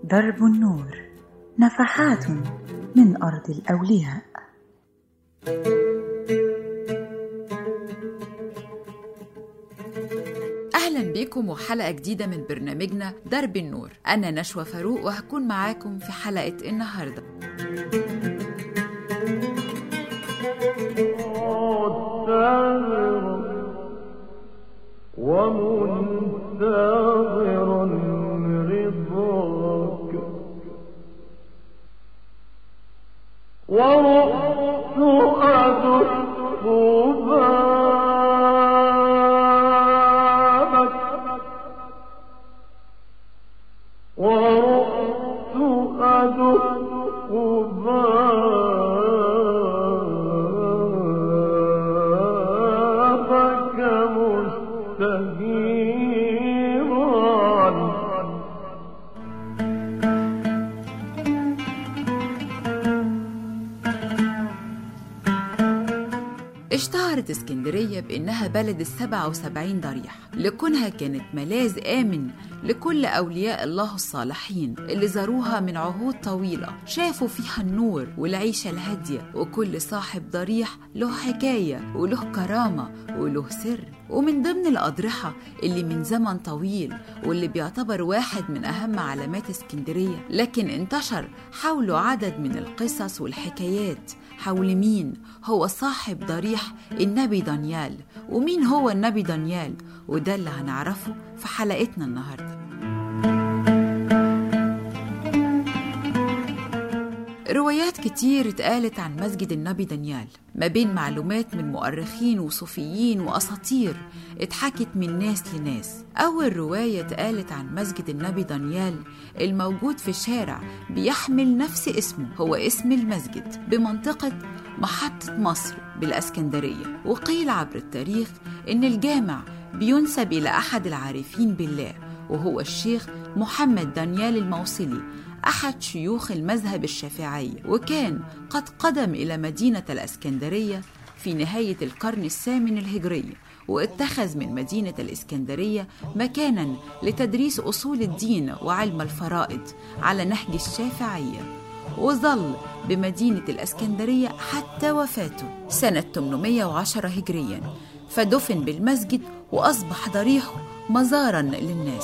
درب النور، نفحات من أرض الأولياء. أهلا بكم وحلقة جديدة من برنامجنا درب النور. أنا نشوى فاروق وهكون معاكم في حلقة النهاردة. ومنتظر رضاك ورحت أدق بابك ورحت أدق بابك مستهيرا. اشتهرت اسكندرية بأنها بلد 77 ضريح، لكونها كانت ملاذ آمن لكل أولياء الله الصالحين اللي زاروها من عهود طويلة، شافوا فيها النور والعيشة الهادية، وكل صاحب ضريح له حكاية وله كرامة وله سر. ومن ضمن الأضرحة اللي من زمن طويل واللي بيعتبر واحد من أهم علامات اسكندرية، لكن انتشر حوله عدد من القصص والحكايات حول مين هو صاحب ضريح النبي دانيال. ومين هو النبي دانيال؟ وده اللي هنعرفه في حلقتنا النهاردة. روايات كتير اتقالت عن مسجد النبي دانيال، ما بين معلومات من مؤرخين وصوفيين وأساطير اتحكت من ناس لناس. أول رواية اتقالت عن مسجد النبي دانيال الموجود في شارع بيحمل نفس اسمه، هو اسم المسجد بمنطقة محطة مصر بالإسكندرية. وقيل عبر التاريخ إن الجامع بينسب إلى أحد العارفين بالله، وهو الشيخ محمد دانيال الموصلي، أحد شيوخ المذهب الشافعي، وكان قد قدم إلى مدينة الإسكندرية في نهاية القرن الثامن الهجري، واتخذ من مدينة الإسكندرية مكانا لتدريس أصول الدين وعلم الفرائض على نهج الشافعية، وظل بمدينة الإسكندرية حتى وفاته سنة 810 هجريا، فدفن بالمسجد وأصبح ضريحه مزارا للناس.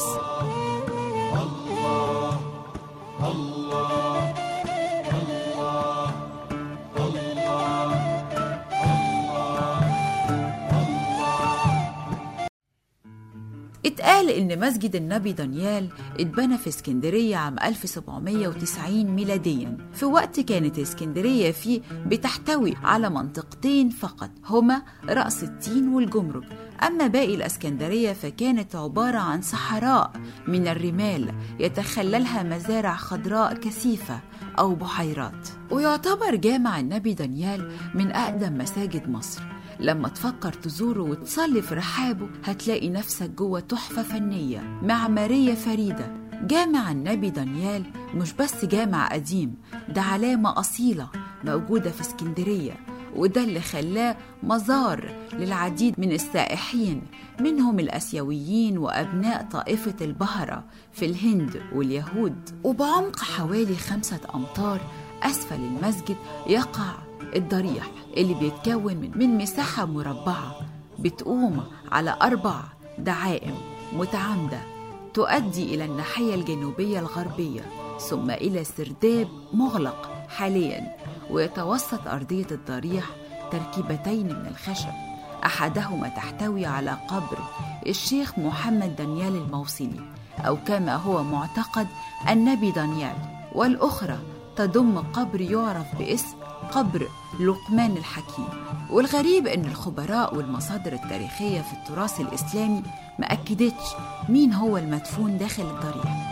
اتقال إن مسجد النبي دانيال اتبنى في اسكندرية عام 1790 ميلاديا، في وقت كانت اسكندرية فيه بتحتوي على منطقتين فقط، هما رأس التين والجمرك. أما باقي الإسكندرية فكانت عبارة عن صحراء من الرمال يتخللها مزارع خضراء كثيفة أو بحيرات. ويعتبر جامع النبي دانيال من أقدم مساجد مصر. لما تفكر تزوره وتصلي في رحابه هتلاقي نفسك جوه تحفة فنية معمارية فريدة. جامع النبي دانيال مش بس جامع قديم، ده علامة أصيلة موجودة في اسكندرية، وده اللي خلاه مزار للعديد من السائحين، منهم الآسيويين وأبناء طائفة البهرة في الهند واليهود. وبعمق حوالي 5 أمتار أسفل المسجد يقع الضريح اللي بيتكون من مساحة مربعة بتقوم على 4 دعائم متعامدة تؤدي إلى الناحية الجنوبية الغربية، ثم إلى سرداب مغلق حالياً. ويتوسط أرضية الضريح تركيبتين من الخشب، أحدهما تحتوي على قبر الشيخ محمد دانيال الموصلي، أو كما هو معتقد النبي دانيال، والأخرى تضم قبر يعرف باسم قبر لقمان الحكيم. والغريب أن الخبراء والمصادر التاريخية في التراث الإسلامي ما أكدتش مين هو المدفون داخل الضريح.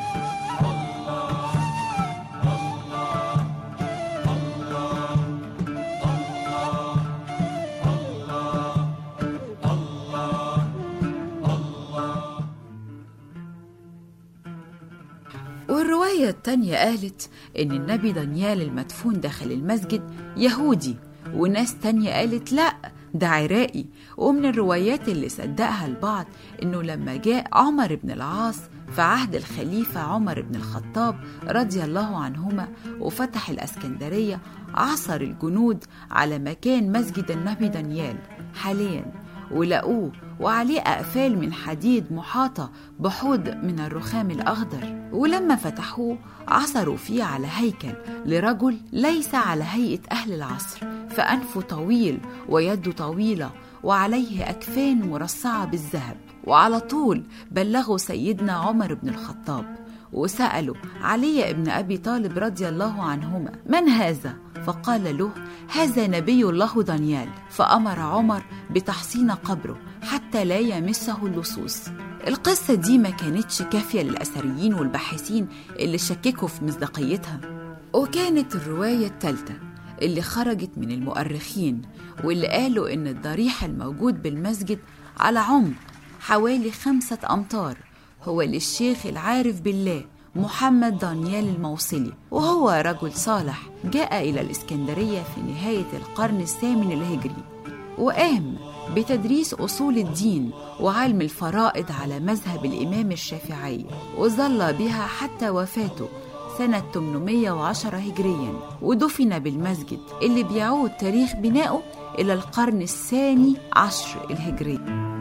والرواية التانية قالت إن النبي دانيال المدفون داخل المسجد يهودي، وناس تانية قالت لأ، ده عراقي. ومن الروايات اللي صدقها البعض إنه لما جاء عمر بن العاص في عهد الخليفة عمر بن الخطاب رضي الله عنهما وفتح الإسكندرية، عثر الجنود على مكان مسجد النبي دانيال حاليا، ولقوه وعليه أقفال من حديد محاطة بحوض من الرخام الأخضر. ولما فتحوه عثروا فيه على هيكل لرجل ليس على هيئة أهل العصر، فأنفه طويل ويده طويلة وعليه أكفان مرصعة بالذهب. وعلى طول بلغوا سيدنا عمر بن الخطاب وسألوا علي بن أبي طالب رضي الله عنهما: من هذا؟ فقال له: هذا نبي الله دانيال. فأمر عمر بتحصين قبره حتى لا يمسه اللصوص. القصة دي ما كانتش كافية للأثريين والباحثين اللي شككوا في مصداقيتها، وكانت الرواية الثالثة اللي خرجت من المؤرخين واللي قالوا إن الضريح الموجود بالمسجد على عمق حوالي 5 أمتار هو للشيخ العارف بالله محمد دانيال الموصلي، وهو رجل صالح جاء إلى الإسكندرية في نهاية القرن الثامن الهجري، وقام بتدريس أصول الدين وعلم الفرائض على مذهب الإمام الشافعي، وظل بها حتى وفاته سنة 810 هجريا، ودفن بالمسجد اللي بيعود تاريخ بنائه إلى القرن الثاني عشر الهجري.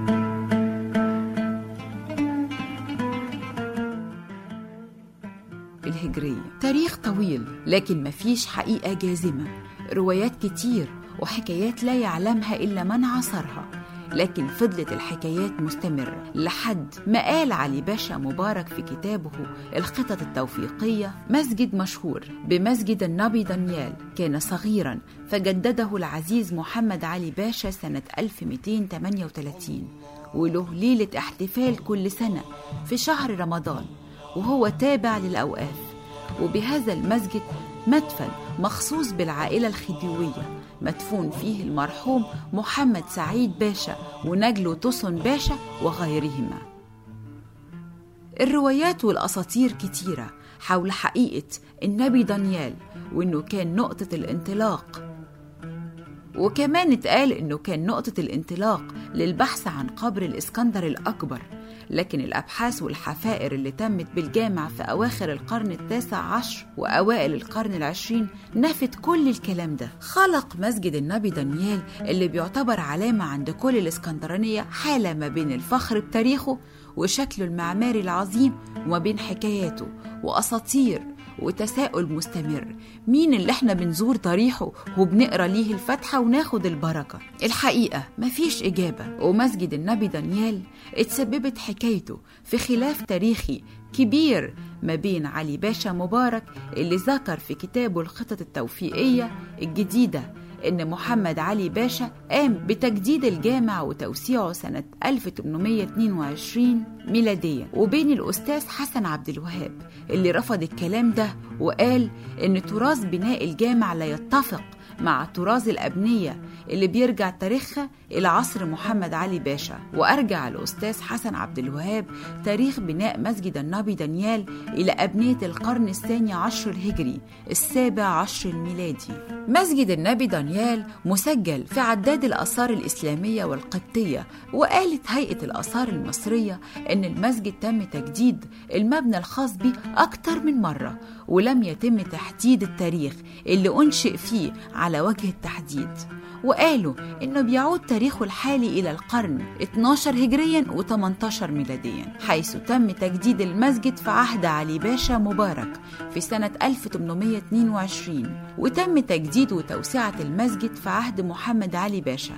تاريخ طويل لكن مفيش حقيقة جازمة، روايات كتير وحكايات لا يعلمها إلا من عاصرها، لكن فضلت الحكايات مستمرة لحد ما قال علي باشا مبارك في كتابه الخطط التوفيقية: مسجد مشهور بمسجد النبي دانيال كان صغيرا فجدده العزيز محمد علي باشا سنة 1238، وله ليلة احتفال كل سنة في شهر رمضان، وهو تابع للأوقاف. وبهذا المسجد مدفن مخصوص بالعائلة الخديوية مدفون فيه المرحوم محمد سعيد باشا ونجله تصن باشا وغيرهما. الروايات والأساطير كتيرة حول حقيقة النبي دانيال، وإنه كان نقطة الانطلاق، وكمان اتقال إنه كان نقطة الانطلاق للبحث عن قبر الإسكندر الأكبر. لكن الأبحاث والحفائر اللي تمت بالجامع في أواخر القرن التاسع عشر وأوائل القرن العشرين نفت كل الكلام ده. خلق مسجد النبي دانيال اللي بيعتبر علامة عند كل الإسكندرانية حالة ما بين الفخر بتاريخه وشكله المعماري العظيم وما بين حكاياته وأساطير وتساؤل مستمر: مين اللي احنا بنزور ضريحه وبنقرأ ليه الفاتحة وناخد البركة؟ الحقيقة مفيش إجابة. ومسجد النبي دانيال اتسببت حكايته في خلاف تاريخي كبير ما بين علي باشا مبارك اللي ذكر في كتابه الخطط التوفيقية الجديدة إن محمد علي باشا قام بتجديد الجامع وتوسيعه سنة 1822 ميلاديا، وبين الأستاذ حسن عبد الوهاب اللي رفض الكلام ده وقال إن تراث بناء الجامع لا يتفق مع طراز الأبنية اللي بيرجع تاريخها إلى عصر محمد علي باشا. وأرجع الأستاذ حسن عبد الوهاب تاريخ بناء مسجد النبي دانيال إلى أبنية القرن الثاني عشر الهجري السابع عشر الميلادي. مسجد النبي دانيال مسجل في عداد الآثار الإسلامية والقبطية، وقالت هيئة الآثار المصرية إن المسجد تم تجديد المبنى الخاص به أكتر من مرة، ولم يتم تحديد التاريخ اللي أنشئ فيه على وجه التحديد. وقالوا إنه بيعود تاريخه الحالي إلى القرن 12 هجريا و18 ميلاديا، حيث تم تجديد المسجد في عهد علي باشا مبارك في سنة 1822، وتم تجديد وتوسعة المسجد في عهد محمد علي باشا.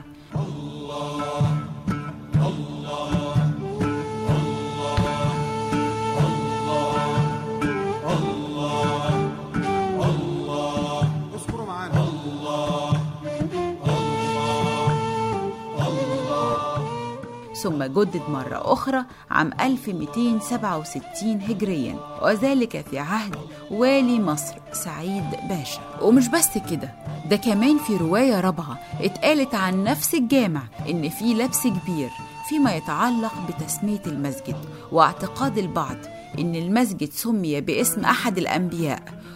ثم جدد مرة أخرى عام 1267 هجريا، وذلك في عهد والي مصر سعيد باشا. ومش بس كده، ده كمان في رواية رابعة اتقالت عن نفس الجامع إن في لبس كبير فيما يتعلق بتسمية المسجد، واعتقاد البعض إن المسجد سمي باسم أحد الأنبياء،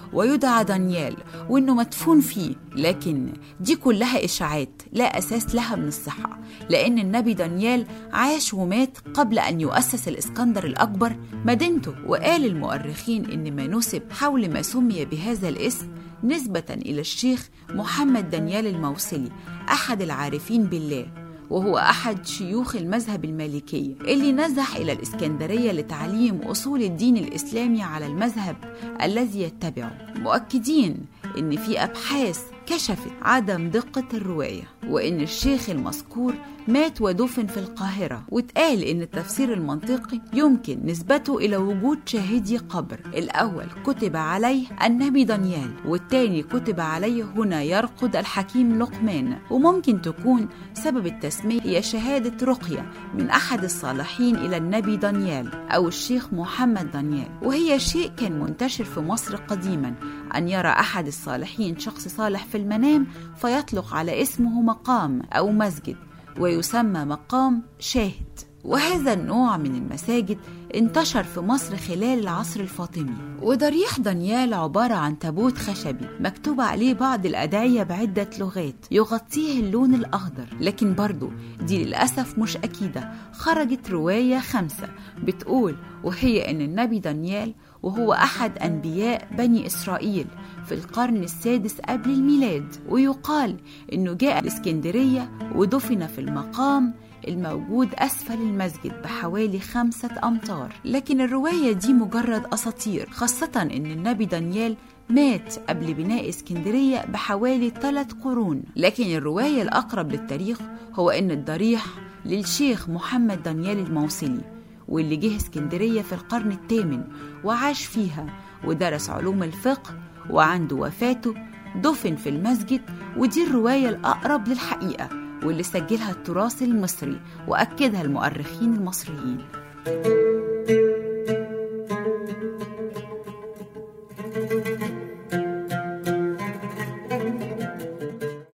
ويدعى دانيال وإنه مدفون فيه، لكن دي كلها إشاعات لا أساس لها من الصحة، لأن النبي دانيال عاش ومات قبل أن يؤسس الإسكندر الأكبر مدينته. وقال المؤرخين إن ما نسب حول ما سمي بهذا الاسم نسبة إلى الشيخ محمد دانيال الموصلي، أحد العارفين بالله، وهو أحد شيوخ المذهب المالكي اللي نزح إلى الإسكندرية لتعليم أصول الدين الإسلامي على المذهب الذي يتبعه، مؤكدين إن في أبحاث كشفت عدم دقة الرواية، وإن الشيخ المذكور مات ودفن في القاهرة. واتقال إن التفسير المنطقي يمكن نسبته إلى وجود شاهدي قبر، الأول كتب عليه النبي دانيال، والتاني كتب عليه هنا يرقد الحكيم لقمان. وممكن تكون سبب التسمية هي شهادة رقية من أحد الصالحين إلى النبي دانيال أو الشيخ محمد دانيال، وهي شيء كان منتشر في مصر قديما، أن يرى أحد الصالحين شخص صالح في المنام فيطلق على اسمه مقام أو مسجد، ويسمى مقام شاهد. وهذا النوع من المساجد انتشر في مصر خلال العصر الفاطمي. وضريح دانيال عبارة عن تابوت خشبي مكتوب عليه بعض الأدعية بعدة لغات يغطيه اللون الأخضر، لكن برضو دي للأسف مش أكيدة. خرجت رواية 5 بتقول، وهي أن النبي دانيال وهو أحد أنبياء بني إسرائيل في القرن السادس قبل الميلاد، ويقال أنه جاء الإسكندرية ودفن في المقام الموجود أسفل المسجد بحوالي 5 أمتار. لكن الرواية دي مجرد أساطير، خاصة أن النبي دانيال مات قبل بناء اسكندرية بحوالي 3 قرون. لكن الرواية الأقرب للتاريخ هو أن الضريح للشيخ محمد دانيال الموصلي، واللي جه اسكندرية في القرن الثامن وعاش فيها ودرس علوم الفقه، وعنده وفاته دفن في المسجد. ودي الرواية الأقرب للحقيقة واللي سجلها التراث المصري وأكدها المؤرخين المصريين.